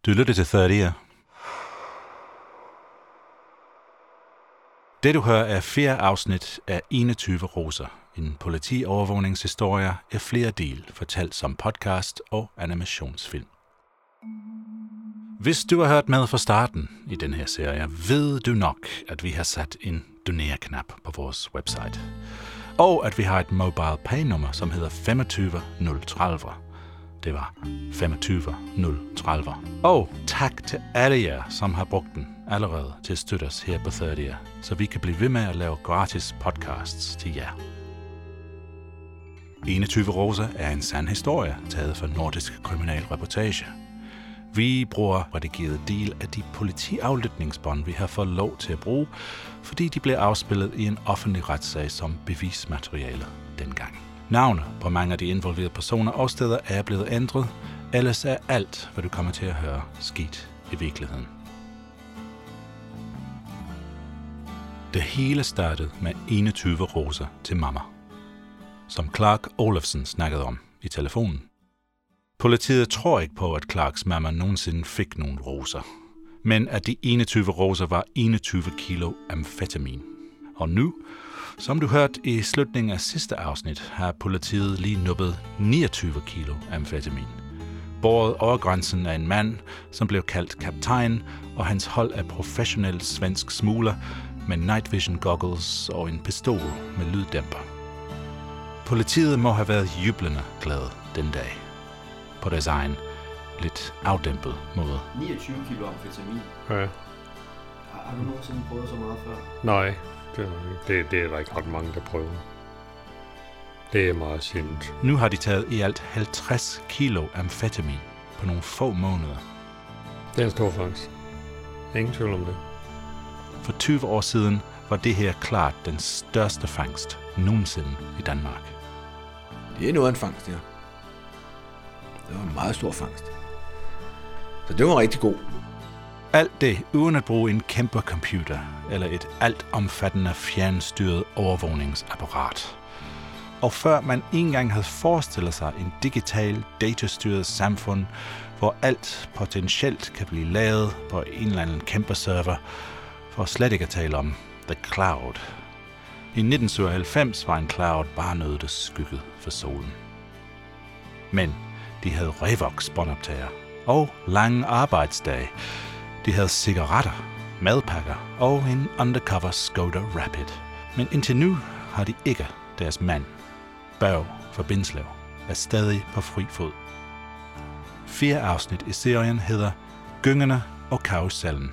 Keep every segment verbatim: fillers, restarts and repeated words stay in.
Du lytter til tredier. Det du hører er fjerde afsnit af enogtyve roser. En politiovervågningshistorie af flere del, fortalt som podcast og animationsfilm. Hvis du har hørt med fra starten i den her serie, ved du nok, at vi har sat en doner-knap på vores website. Og at vi har et mobile pay-nummer, som hedder femogtyve nul tredive. Det var femogtyve nul tredive. Og tak til alle jer, som har brugt den allerede til at støtte os her på tredier, så vi kan blive ved med at lave gratis podcasts til jer. enogtyve roser er en sand historie, taget fra Nordisk Kriminalreportage. Vi bruger redigeret del af de politiaflytningsbånd, vi har fået lov til at bruge, fordi de blev afspillet i en offentlig retssag som bevismateriale dengang. Navne på mange af de involverede personer og steder er blevet ændret, ellers er alt, hvad du kommer til at høre, sket i virkeligheden. Det hele startede med enogtyve roser til mamma, som Clark Olofsen snakkede om i telefonen. Politiet tror ikke på, at Clarks mamma nogensinde fik nogle roser, men at de enogtyve roser var enogtyve kilo amfetamin. Og nu, som du hørte i slutningen af sidste afsnit, har politiet lige nuppet niogtyve kilo amfetamin. Båret over grænsen af en mand, som blev kaldt kaptajn, og hans hold af professionelle svensk smugler med night vision goggles og en pistol med lyddæmper. Politiet må have været jublende glade den dag. På deres egen, lidt afdæmpet måde. niogtyve kilo amfetamin? Ja. Har, har du nogensinde prøvet så meget før? Nej, det, det, det er der ikke ret mange, der prøver. Det er meget sjældent. Nu har de taget i alt halvtreds kilo amfetamin på nogle få måneder. Det er en stor fangst. Ingen tvivl om det. For tyve år siden var det her klart den største fangst nogensinde i Danmark. Det er noget af en fangst, ja. Det var en meget stor fangst. Så det var rigtig god. Alt det uden at bruge en kæmpe computer eller et altomfattende fjernstyret overvågningsapparat. Og før man engang havde forestillet sig en digital, datastyret samfund, hvor alt potentielt kan blive lavet på en eller anden kæmpe server, for slet ikke at tale om The Cloud. I nitten syvoghalvfems var en cloud bare noget, der skyggede for solen. Men de havde Revox båndoptager og lange arbejdsdage. De havde cigaretter, madpakker og en undercover Skoda Rapid. Men indtil nu har de ikke deres mand. Børge fra Bindslev er stadig på fri fod. Fire afsnit i serien hedder Gyngerne og Karusellen.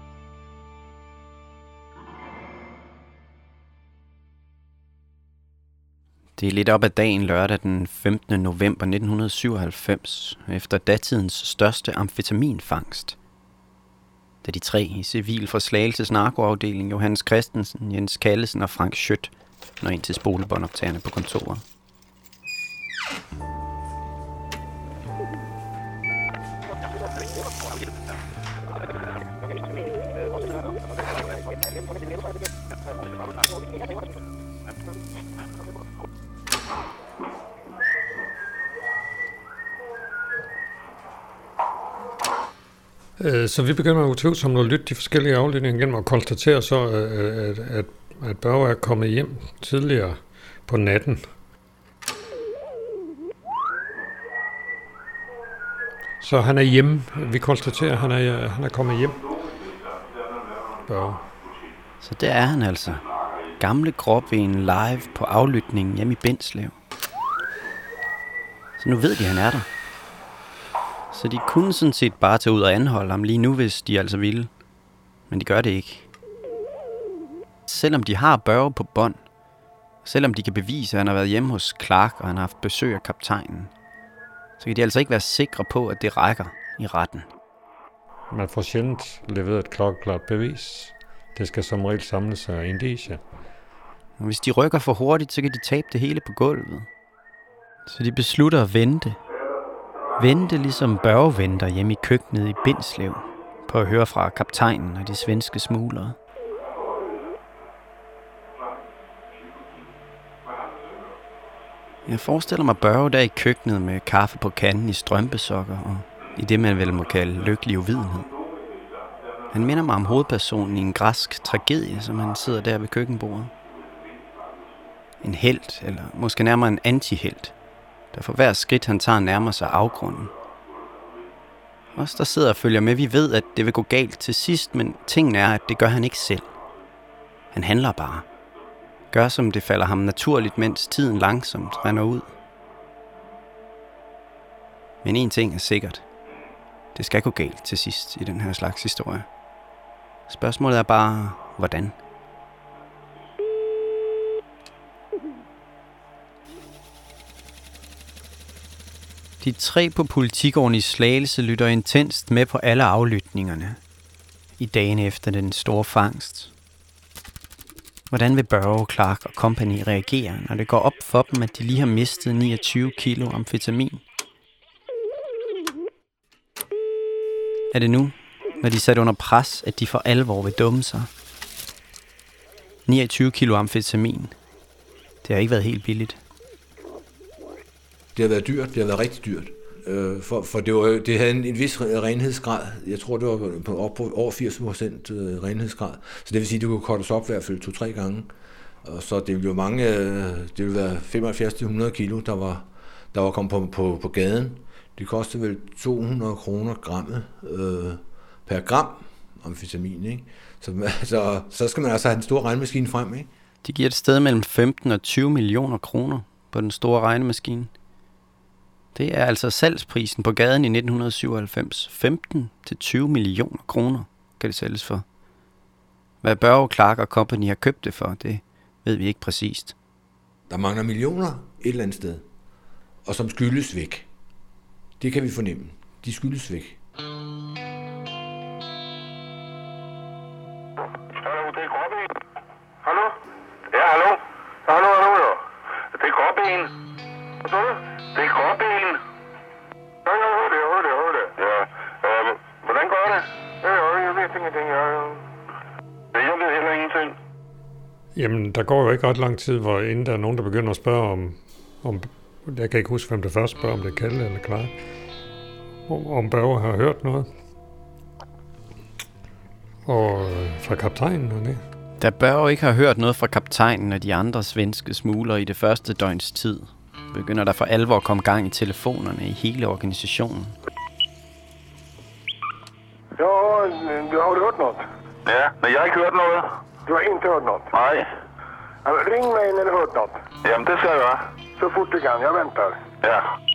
Det er lidt op ad dagen lørdag den femtende november nitten syvoghalvfems, efter datidens største amfetaminfangst. Da de tre i civil fra Slagelses narkoafdeling, Johannes Christensen, Jens Kallesen og Frank Schødt, når ind til spolebåndoptagerne på kontoret. Så vi begynder utvivlsomt at lytte de forskellige afledninger igennem og konstatere så, at, at, at Børge er kommet hjem tidligere på natten. Så han er hjemme. Vi konstaterer, at han er, han er kommet hjem. Børge. Så der er han altså. Gamle Gråben live på aflytningen hjemme i Bindslev. Så nu ved de, at han er der. Så de kunne sådan set bare tage ud og anholde ham lige nu, hvis de altså ville. Men de gør det ikke. Selvom de har Børge på bånd, selvom de kan bevise, at han har været hjemme hos Clark, og han har haft besøg af kaptajnen, så kan de altså ikke være sikre på, at det rækker i retten. Man får sjældent leveret et klokkeklart bevis. Det skal som regel samle sig af indicier. Og hvis de rykker for hurtigt, så kan de tabe det hele på gulvet. Så de beslutter at vente. Vente ligesom Børge venter hjemme i køkkenet i Bindslev, på at høre fra kaptajnen og de svenske smuglere. Jeg forestiller mig Børge der i køkkenet med kaffe på kanden i strømpesokker og i det, man vel må kalde lykkelig uvidenhed. Han minder mig om hovedpersonen i en græsk tragedie, som han sidder der ved køkkenbordet. En helt, eller måske nærmere en antihelt, der for hver skridt han tager nærmer sig afgrunden. Os, der sidder og følger med, vi ved, at det vil gå galt til sidst, men tingen er, at det gør han ikke selv. Han handler bare. Gør, som det falder ham naturligt, mens tiden langsomt render ud. Men en ting er sikkert. Det skal gå galt til sidst i den her slags historie. Spørgsmålet er bare, hvordan? De tre på Politigården i Slagelse lytter intenst med på alle aflytningerne i dagene efter den store fangst. Hvordan vil Børge, Clark og company reagere, når det går op for dem, at de lige har mistet niogtyve kilo amfetamin? Er det nu, når de er sat under pres, at de for alvor vil dumme sig? niogtyve kilo amfetamin. Det har ikke været helt billigt. Det har været dyrt, det har været rigtig dyrt. Øh, for for det, var, det havde en, en vis renhedsgrad. Jeg tror, det var på, op på over firs procent renhedsgrad. Så det vil sige, at det kunne kortes op i hvert fald to-tre gange. Og så det ville jo mange, det ville være femoghalvfjerds til hundrede kilo, der var, der var kommet på, på, på gaden. Det kostede vel to hundrede kroner grammet øh, per gram amfetamin, ikke? Så, så, så skal man altså have den store regnemaskine frem, ikke? De giver et sted mellem femten og tyve millioner kroner på den store regnemaskine. Det er altså salgsprisen på gaden i nitten syvoghalvfems. femten til tyve millioner kroner kan det sælges for. Hvad Børge, Clark og company har købt det for, det ved vi ikke præcist. Der mangler millioner et eller andet sted, og som skyldes væk. Det kan vi fornemme. De skyldes væk. Hallo, det er Gråben. Hallo? Ja, hallo? Hallo, hallo, jo. Det er Gråben. Hvad siger du? Det er Gråben. Ja, jeg hører det, jeg hører det, jeg hører det. Ja, øh, hvordan går det? Ja, jeg ved ingenting, jeg... Jeg ved heller ingenting. Jamen, der går jo ikke ret lang tid, hvor inden der er nogen, der begynder at spørge om... om jeg kan ikke huske, hvem det først spørger, om det er Kalle eller Clark. Om Børge har hørt noget. Og fra kaptajnen og det. Da Børge ikke har hørt noget fra kaptajnen og de andre svenske smuglere i det første døgns tid, begynder der for alvor at komme gang i telefonerne i hele organisationen. Ja, har du hørt noget? Ja, men jeg har ikke hørt noget. Du har ikke hørt noget? Nej. Altså, ring mig när du har hørt noget. Jamen, det skal jeg gøre. Så fort du kan, jeg venter. Ja.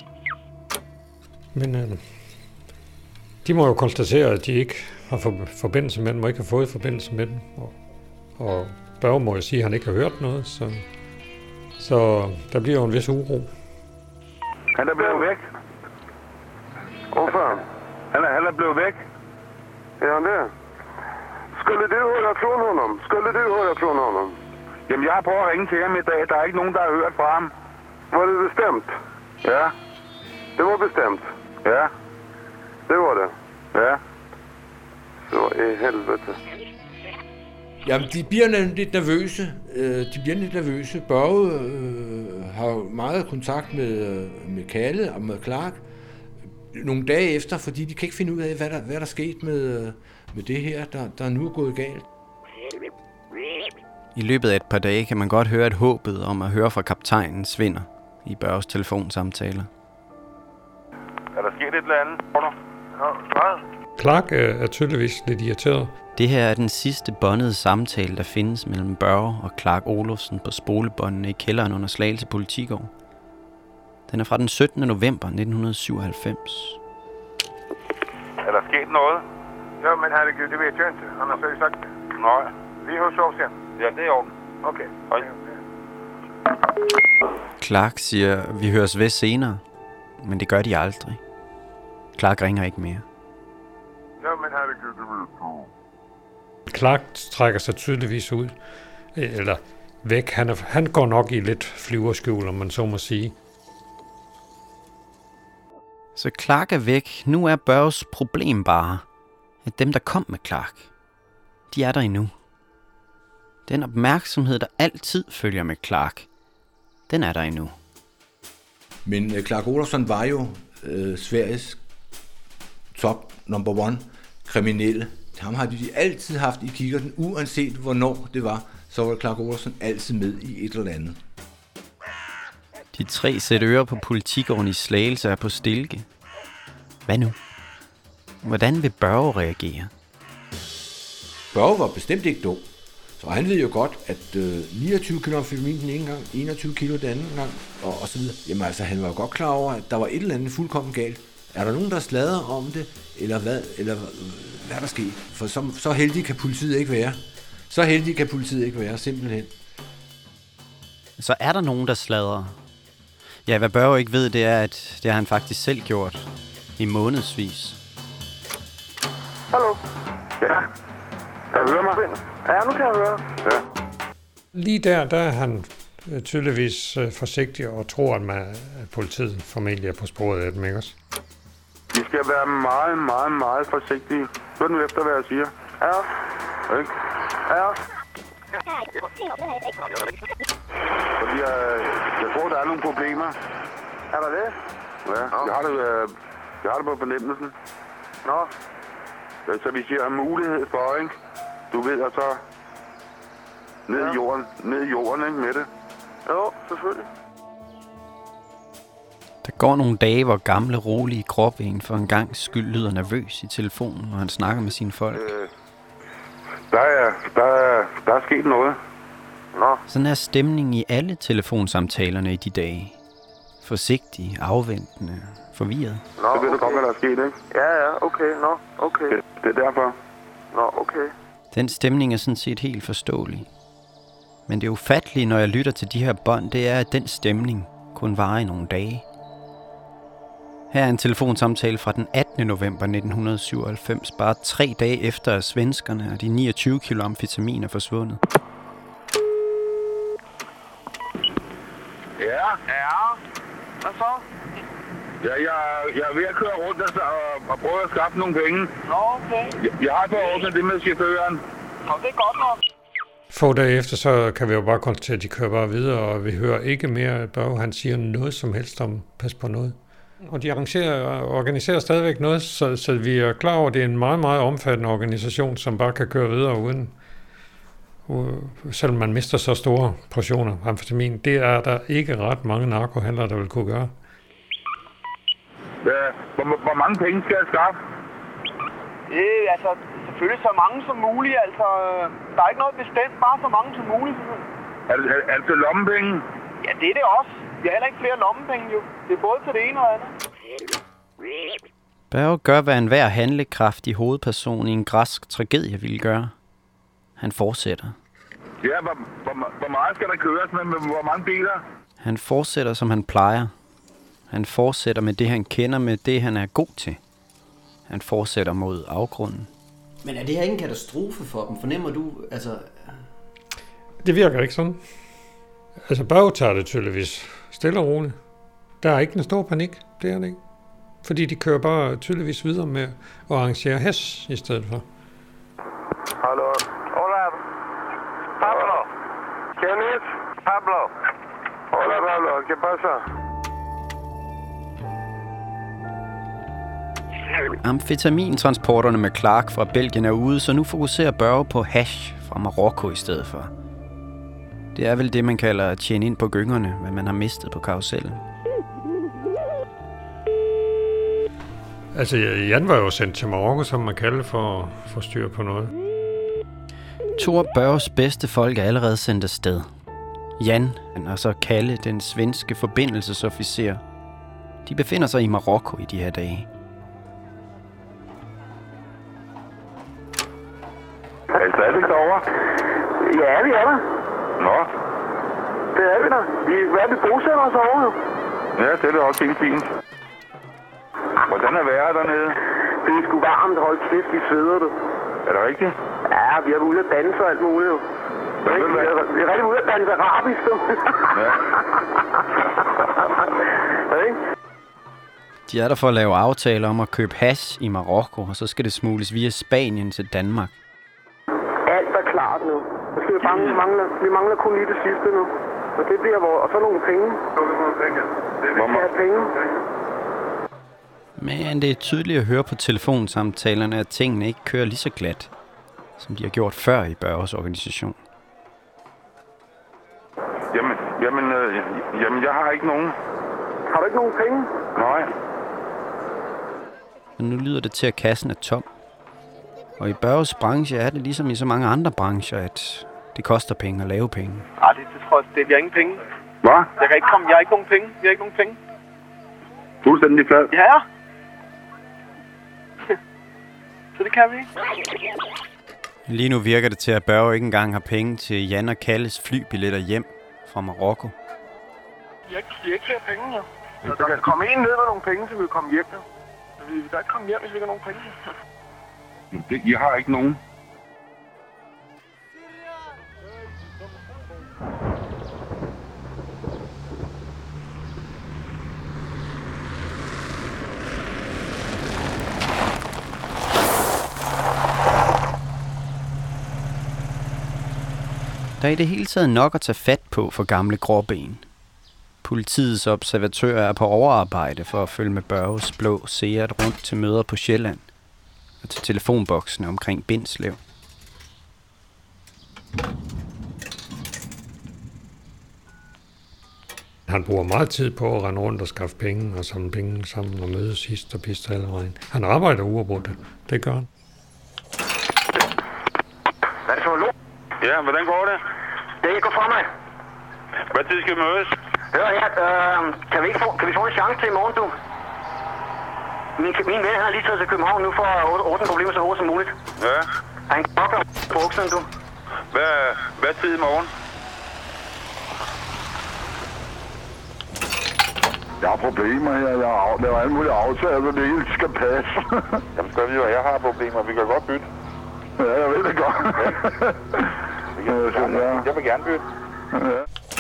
Men øh, de må jo konstatere, at de ikke har for, forbindelse med dem, og ikke har fået forbindelse med dem. Og, og Børge må jo sige, at han ikke har hørt noget, så, så der bliver jo en vis uro. Han er blevet væk. Hvorfor? Han er, han er blevet væk. Ja, han det. Skulle du høre fra honom? Skulle du høre fra honom? Jamen, jeg har prøvet at ringe til ham i dag. Der er ikke nogen, der har hørt fra ham. Var det bestemt? Ja. Det var bestemt? Ja. Det var det? Ja. Så i helvete. Jamen, de bliver lidt nervøse. De bliver lidt nervøse. Børge øh, har meget kontakt med, med Kalle og med Clark nogle dage efter, fordi de kan ikke finde ud af, hvad der, hvad der er sket med, med det her, der, der er nu gået galt. I løbet af et par dage kan man godt høre, at håbet om at høre fra kaptajnen svinder i Børges telefonsamtaler. Er der sket et eller andet? Ja, hvad? Clark er tydeligvis lidt irriteret. Det her er den sidste båndede samtale, der findes mellem Børge og Clark Olofsen på spolebåndene i kælderen under Slagelse Politigård. Den er fra den syttende november nitten syvoghalvfems. Er der sket noget? Ja, men herregud, det ved jeg ikke. Han har så sagt det. Nej. Vi høres over sen. Ja, det er orden. Okay. Hej. Clark siger, vi høres ved senere, men det gør de aldrig. Clark ringer ikke mere. Ja, men herregud, det ved jeg. Clark trækker sig tydeligvis ud, eller væk. Han, er, han går nok i lidt flyverskjul, om man så må sige. Så Clark er væk. Nu er Børges problem bare, at dem, der kom med Clark, de er der endnu. Den opmærksomhed, der altid følger med Clark, den er der endnu. Men Clark Olofsson var jo øh, Sveriges top number one kriminelle. Ham har de altid haft i kikkerten, uanset hvornår det var, så var Clark Olofsson altid med i et eller andet. De tre sæt ører på Politigården i Slagelse er på stilke. Hvad nu? Hvordan vil Børge reagere? Børge var bestemt ikke dum. Så han ved jo godt, at øh, niogtyve kilo amfetamin den ene gang, enogtyve kilo den anden gang, og, og så videre. Jamen altså, han var jo godt klar over, at der var et eller andet fuldkommen galt. Er der nogen, der sladrer om det, eller hvad, eller hvad der sker? For så, så heldig kan politiet ikke være. Så heldig kan politiet ikke være, simpelthen. Så er der nogen, der sladrer. Ja, hvad Børge ikke ved, det er, at det har han faktisk selv gjort. I månedsvis. Hallo? Ja. Kan du høre mig? Ja, nu kan jeg høre. Ja. Lige der, der er han tydeligvis forsigtig og tror, at, man, at politiet formentlig er på sporet af dem, ikke også? Vi skal være meget, meget, meget forsigtige. Hør nu efter, hvad jeg siger. Ja. Ikke? Ja. Fordi jeg, jeg tror, der er nogle problemer. Er der det? Ja, jeg har det, jeg har det på fornemmelsen. Nå. Så vi siger mulighed for, ikke? Du ved, at så ned ja. i jorden, ned i jorden, ikke, med det? Jo, selvfølgelig. Der går nogle dage, hvor gamle, rolige Gråben for en gang skyld lyder nervøs i telefonen, når han snakker med sine folk. Øh, der, er, der, er, der er sket noget. Nå. Sådan er stemningen i alle telefonsamtalerne i de dage. Forsigtig, afventende, forvirret. Nå, så ved du godt, hvad der er sket, ikke? Ja, ja, okay, nå, okay. Det, det er derfor. Nå, okay. Den stemning er sådan set helt forståelig. Men det ufattelige, når jeg lytter til de her bånd, det er, at den stemning kun varer i nogle dage. Her er en telefonsamtale fra den attende november nitten syvoghalvfems, bare tre dage efter, at svenskerne og de niogtyve kilo amfetamin er forsvundet. Ja, ja. Hvad så? Ja, jeg, jeg er ved at køre rundt og, og, og prøve at skaffe nogle penge. Nå, okay. Jeg, jeg har fået ordnet det med chaufføren. Nå, det er godt nok. Få dage efter, så kan vi jo bare konstatere, at de kører bare videre, og vi hører ikke mere, at Børge han siger noget som helst om pas på noget. Og de arrangerer og organiserer stadigvæk noget, så, så vi er klar over, at det er en meget, meget omfattende organisation, som bare kan køre videre uden, selvom man mister så store portioner amfetamin. Det er der ikke ret mange narkohandlere, der vil kunne gøre. Ja, hvor, hvor mange penge skal jeg skaffe? Øh, altså, selvfølgelig så mange som muligt. Altså, der er ikke noget bestemt, bare så mange som muligt. Er det, er, er det lommepenge? Ja, det er det også. Vi har heller ikke flere lommepenge, jo. Det er både til det ene og andet. Børge gør, hvad enhver handlekraftig hovedperson i en græsk tragedie ville gøre. Han fortsætter. Ja, hvor, hvor, hvor meget skal der køres med, med hvor mange biler? Han fortsætter, som han plejer. Han fortsætter med det, han kender, med det, han er god til. Han fortsætter mod afgrunden. Men er det her ikke en katastrofe for dem? Fornemmer du, altså... Det virker ikke sådan. Altså, Børge tager det tydeligvis stille og roligt. Der er ikke en stor panik, det er det ikke. Fordi de kører bare tydeligvis videre med at arrangere hash i stedet for. Hallo. Hola. Pablo. Kenneth. Pablo. Hola, Pablo. ¿Qué pasa? Amfetamintransporterne med Clark fra Belgien er ude, så nu fokuserer Børge på hash fra Marokko i stedet for. Det er vel det, man kalder at tjene ind på gyngerne, hvad man har mistet på karusellen. Altså, Jan var jo sendt til Marokko, som man kalder for at få styr på noget. To af Børges bedste folk er allerede sendt afsted. Jan, og så Kalle, den svenske forbindelsesofficer. De befinder sig i Marokko i de her dage. Er I stadig derovre? Ja, vi er der. Nå. Det er vi der. Vi, hvad er vi bosætter os over, jo? Ja, det er også helt fint. Hvordan er vejret dernede? Det er sgu varmt. Hold kæft, vi sveder, du. Er det rigtigt? Ja, vi er ude at danse og alt muligt, jo. Vi er, vi er rigtig ude at danse arabisk, du. Ja. De er der for at lave aftaler om at købe hash i Marokko, og så skal det smugles via Spanien til Danmark. Alt er klart nu. Så skal vi, bare mangle, vi mangler kun lige det sidste nu. Og det bliver vores... Og så nogle penge. Hvor mange penge? Men det er tydeligt at høre på telefonsamtalerne, at tingene ikke kører lige så glat, som de har gjort før i Børges organisation. Jamen, jamen, øh, jamen, jeg har ikke nogen. Har du ikke nogen penge? Nej. Men nu lyder det til, at kassen er tom. Og i Børges branche er det ligesom i så mange andre brancher, at det koster penge at lave penge. Ej, det, det tror jeg, det, vi har ingen penge. Hvad? Jeg kan ikke komme, jeg har ikke nogen penge. Vi har ikke nogen penge. Fuldstændig flad. Ja. Så det kan vi ikke. Lige nu virker det til, at Børge ikke engang har penge til Jan og Kalles flybilletter hjem fra Marokko. Vi har ikke, vi har ikke flere penge, ja. Så der kan komme en ned med nogle penge, så vi kan komme hjem, ja. Vi kan ikke komme hjem, hvis vi ikke har nogen penge. Det, jeg har ikke nogen. Der er i det hele taget nok at tage fat på for gamle Gråben. Politiets observatører er på overarbejde for at følge med Børges blå Seat rundt til møder på Sjælland og til telefonboksene omkring Bindslev. Han bruger meget tid på at rende rundt og skaffe penge og samle penge sammen og mødes sidst og piste alle vejen. Han arbejder uafbrudt. Det gør han. Hvad så, Lo? Ja, hvordan går det? Det går for mig. Hvad tid skal vi mødes? Hør her, øh, kan, vi ikke få, kan vi få en chance til i morgen, du? Min, min ven har lige taget til København nu for at ordne problemer så hurtigt som muligt. Ja. Han kan godt gøre på bukserne, du. Hvad, hvad tid i morgen? Jeg har problemer her. Jeg har lavet alle mulige aftaler, så det hele skal passe. Jamen, så er vi jo, jeg har problemer. Vi kan godt bytte. Ja, jeg ved det godt. Ja. Jeg, vil gerne, jeg vil gerne bytte. Ja.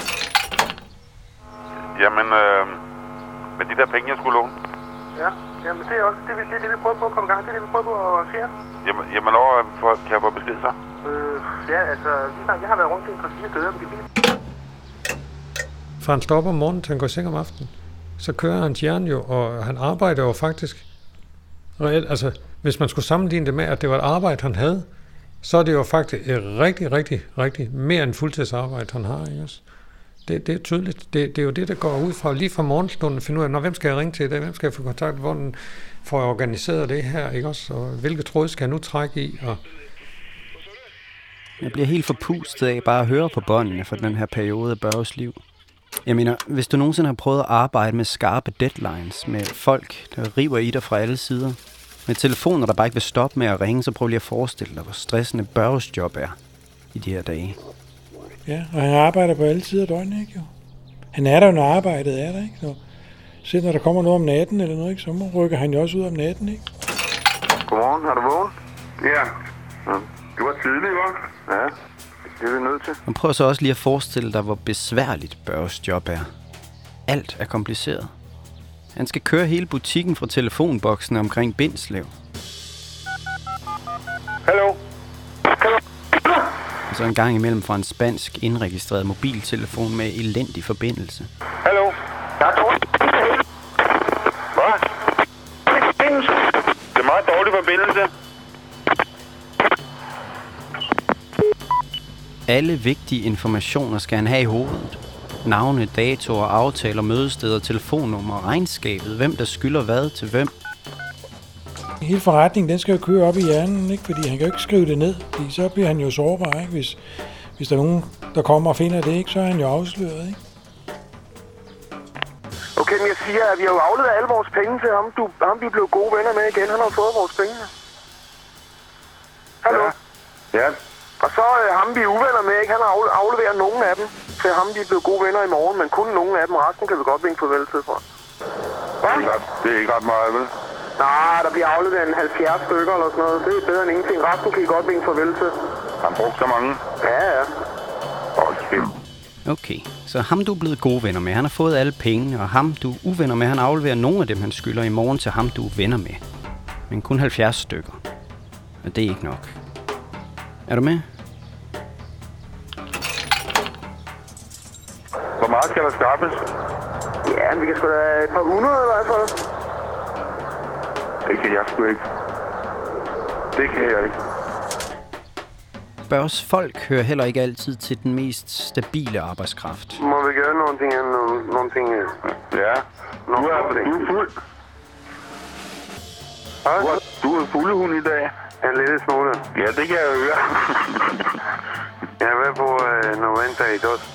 Jamen, øh, med de der penge, jeg skulle låne. Ja, jamen det er også det, vi, det, det, vi prøver på at komme i gang. Det er det, vi prøver på at arrangere. Jamen, jamen lov, for, kan jeg få besked så? Øh, ja, altså, jeg har været rundt til en fire steder, men det er For han stopper om morgenen, til han går i seng om aftenen. Så kører hans hjerne jo, og han arbejder jo faktisk reelt. Altså, hvis man skulle sammenligne det med, at det var et arbejde, han havde, så er det jo faktisk et rigtig, rigtig, rigtig mere end fuldtidsarbejde, han har. Ikke også? Det, det er tydeligt. Det, det er jo det, der går ud fra lige fra morgenstunden at finde ud af, når, hvem skal jeg ringe til i dag, hvem skal jeg få kontakt, hvordan får jeg organiseret det her, ikke også? Og hvilke tråd skal jeg nu trække i? Og Jeg bliver helt forpustet af bare at høre på båndene for den her periode af Børges liv. Jeg mener, hvis du nogensinde har prøvet at arbejde med skarpe deadlines, med folk, der river i dig fra alle sider, med telefoner, der bare ikke vil stoppe med at ringe, så prøv lige at forestille dig, hvor stressende Børges job er i de her dage. Ja, og han arbejder på alle tider af døgnet, ikke jo? Han er der jo, når arbejdet er der, ikke? Så selv når der kommer noget om natten eller noget, ikke, så rykker han jo også ud om natten, ikke? Godmorgen, har du vågen? Ja. ja. Du var tidlig, hva'? Ja, det er vi nødt til. Man prøver så også lige at forestille dig, hvor besværligt Børges job er. Alt er kompliceret. Han skal køre hele butikken fra telefonboksen omkring Bindslev. Hallo? Hallo? Og så en gang imellem fra en spansk indregistreret mobiltelefon med elendig forbindelse. Hallo? Jeg er dårlig. Hvad? Det er meget dårlig forbindelse. Alle vigtige informationer skal han have i hovedet. Navne, datoer, aftaler, mødesteder, telefonnummer, regnskabet, hvem der skylder hvad til hvem. Hele forretningen, den skal jo køre op i hjernen, ikke? Fordi han kan jo ikke skrive det ned, fordi så bliver han jo sårbar, ikke? Hvis, hvis der er nogen, der kommer og finder det, ikke? Så er han jo afsløret, ikke? Okay, men jeg siger, at vi har jo afleveret alle vores penge til ham. Du, ham vi blev gode venner med igen. Han har fået vores penge. Hallo? Ja. ja. Og så øh, ham vi er uvenner med, ikke? Han har afleveret nogen af dem til ham, vi blev gode venner i morgen. Men kun nogen af dem. Resten kan vi godt vinke farvel til for. Hvad? Det er ikke ret meget, vel? Nej, der bliver afleveret en halvfjerds stykker eller sådan noget. Det er bedre end ingenting. Resten kan I godt vinke farvel til. Han brugte så mange. Ja, ja. Okay. Okay, så ham du er blevet gode venner med, han har fået alle penge, og ham du er uvenner med, han afleverer nogle af dem, han skylder i morgen til ham, du er venner med. Men kun halvfjerds stykker. Og det er ikke nok. Er du med? Hvor meget skal der skaffes? Ja, vi kan sgu da et par hundrede i hvert fald. Det kan jeg sgu ikke. Det kan jeg ikke. Børges folk hører heller ikke altid til den mest stabile arbejdskraft. Må vi gøre någonting andet? Någonting... Ja. Du er, du er fuld. Du er, du er fuglehund i dag. En lille smule. Ja, det kan jeg høre. Jeg er med på øh, Noventa i dag.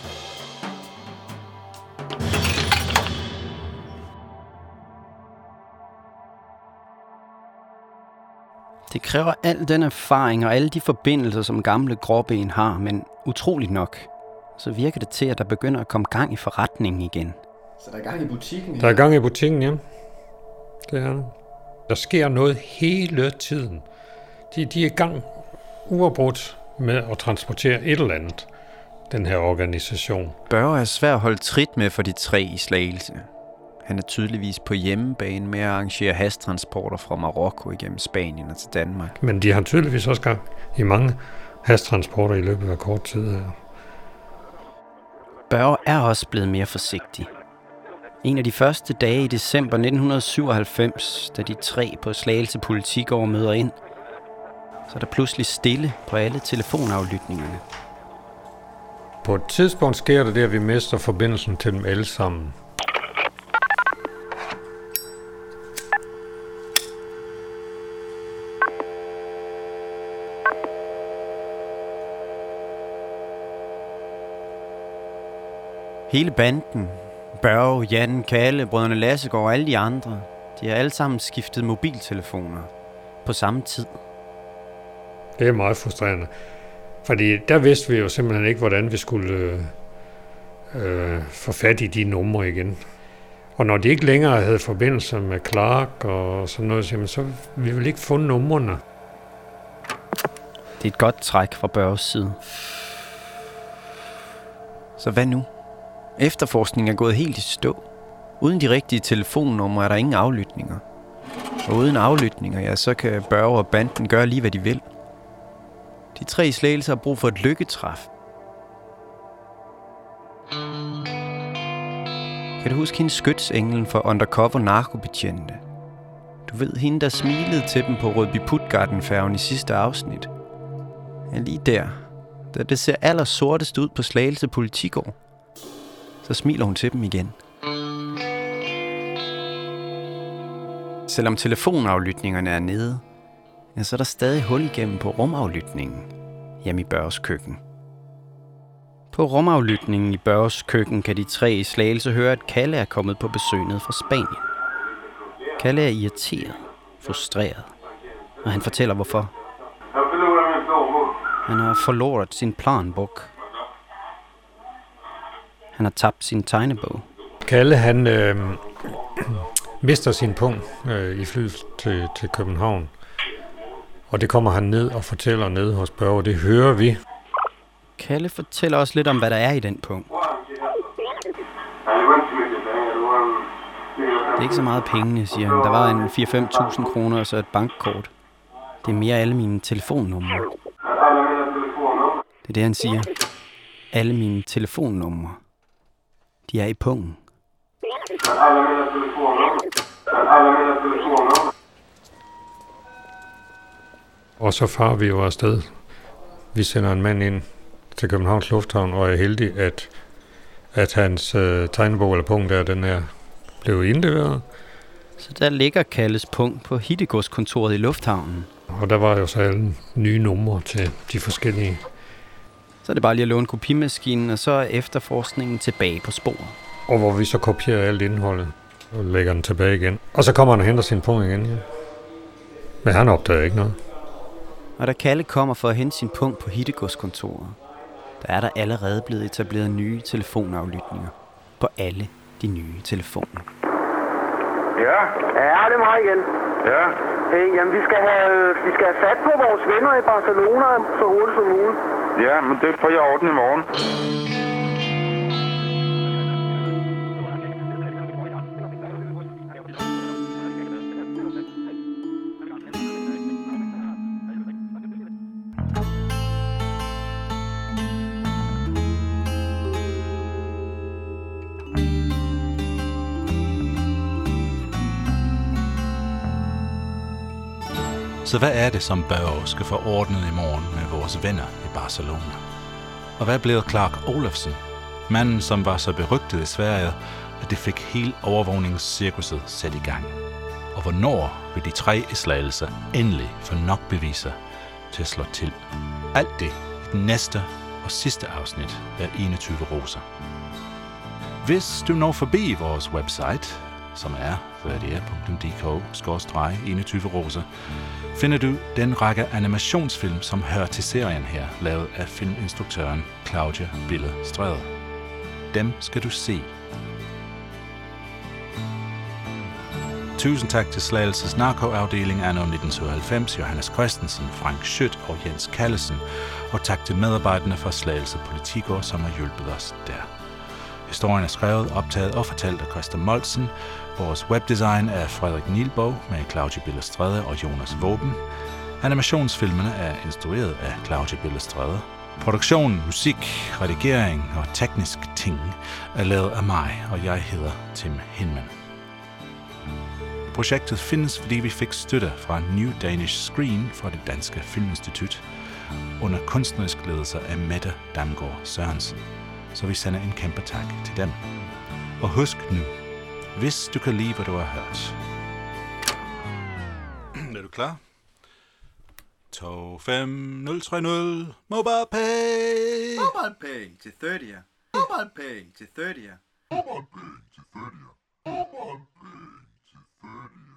Det kræver al den erfaring og alle de forbindelser, som gamle gråben har, men utroligt nok, så virker det til, at der begynder at komme gang i forretningen igen. Så der er gang i butikken? Der er gang i butikken, ja. Det er der. Der sker noget hele tiden. De, de er i gang uafbrudt med at transportere et eller andet, den her organisation. Børge er svær at holde trit med for de tre i Slagelse. Han er tydeligvis på hjemmebane med at arrangere hastransporter fra Marokko igennem Spanien og til Danmark. Men de har tydeligvis også gang i mange hastransporter i løbet af kort tid her. Børge er også blevet mere forsigtig. En af de første dage i december nitten syvoghalvfems, da de tre på Slagelse Politigård møder ind, så er der pludselig stille på alle telefonaflytningerne. På et tidspunkt sker det det, at vi mister forbindelsen til dem alle sammen. Hele banden, Børge, Jan, Kalle, brødrene Lassegård og alle de andre, de har alle sammen skiftet mobiltelefoner på samme tid. Det er meget frustrerende, fordi der vidste vi jo simpelthen ikke, hvordan vi skulle øh, øh, få fat i de numre igen. Og når de ikke længere havde forbindelse med Clark og sådan noget, jamen, så vi ville ikke få numrene. Det er et godt træk fra Børges side. Så hvad nu? Efterforskningen er gået helt i stå. Uden de rigtige telefonnumre er der ingen aflytninger. Og uden aflytninger, ja, så kan Børge og banden gøre lige, hvad de vil. De tre i Slagelse har brug for et lykketræf. Kan du huske hende skytsenglen for undercover narkobetjente? Du ved, hende der smilede til dem på Rødby Puttgarden-færgen i sidste afsnit. Ja, lige der, da det ser aller sortest ud på Slagelse Politigård, så smiler hun til dem igen. Selvom telefonaflytningerne er nede, ja, så er der stadig hul igennem på rumaflytningen hjemme i Børges køkken. På rumaflytningen i Børges køkken kan de tre i Slagelse høre, at Kalle er kommet på besøg ned fra Spanien. Kalle er irriteret, frustreret, og han fortæller hvorfor. Han har forloret sin planbog. Han har tabt sin tegnebog. Kalle, han øh, mister sin pung øh, i flyet til, til København. Og det kommer han ned og fortæller ned hos Børge. Det hører vi. Kalle fortæller også lidt om, hvad der er i den pung. Det er ikke så meget penge, siger han. Der var en fire til fem tusind kroner og så et bankkort. Det er mere alle mine telefonnumre. Det er det, han siger. Alle mine telefonnumre. De er i pungen. Og så farer vi jo afsted. Vi sender en mand ind til Københavns Lufthavn, og er heldig, at, at hans øh, tegnebog eller punkt der, den er blevet indleveret. Så der ligger Kalles punkt på hittegodskontoret i Lufthavnen. Og der var jo så alle nye numre til de forskellige. Så er det bare lige at låne kopimaskinen, og så er efterforskningen tilbage på sporet. Og hvor vi så kopierer alt indholdet og lægger den tilbage igen. Og så kommer han og henter sin punkt igen. Ja. Men han opdager ikke noget. Og da Kalle kommer for at hente sin punkt på hittegodskontoret, der er der allerede blevet etableret nye telefonaflytninger på alle de nye telefoner. Ja? Ja, det er mig igen. Ja? Hey, jamen, vi skal, have, vi skal have fat på vores venner i Barcelona så hurtigt som muligt. Ja, men det får jeg ordnet i morgen. Så hvad er det, som Børge skal få ordnet i morgen med vores venner i Barcelona? Og hvad blev Clark Olofsen, manden som var så berygtet i Sverige, at det fik hele overvågningscirkuset sat i gang? Og hvornår vil de tre i Slagelse endelig få nok beviser til at slå til? Alt det i den næste og sidste afsnit af enogtyve Roser. Hvis du når forbi vores website, som er verdia punktum d k skråstreg enogtyve roser, finder du den række animationsfilm, som hører til serien her, lavet af filminstruktøren Claudia Bille Stræde. Dem skal du se. Tusind tak til Slagelses narkoafdeling anno nitten syvoghalvfems, Johannes Christensen, Frank Schødt og Jens Kallesen, og tak til medarbejderne fra Slagelse Politigård, som har hjulpet os der. Historien er skrevet, optaget og fortalt af Christa Moltzen. Vores webdesign er Frederik Nielbog med Claudia Bille Stræde og Jonas Våben. Animationsfilmene er instrueret af Claudia Bille Stræde. Produktion, musik, redigering og teknisk ting er lavet af mig, og jeg hedder Tim Hinman. Projektet findes, fordi vi fik støtte fra New Danish Screen fra det Danske Filminstitut under kunstnerisk ledelse af Mette Damgaard Sørensen. Så vi sender en kæmpe tak til dem. Og husk nu, hvis du kan lide, hvad du har hørt. Er du klar? to fem nul tre nul Mobile Pay! Mobile Pay til tretti. Mobile Pay til tretti. Mobile Pay til tretti. Mobile Pay til tretti.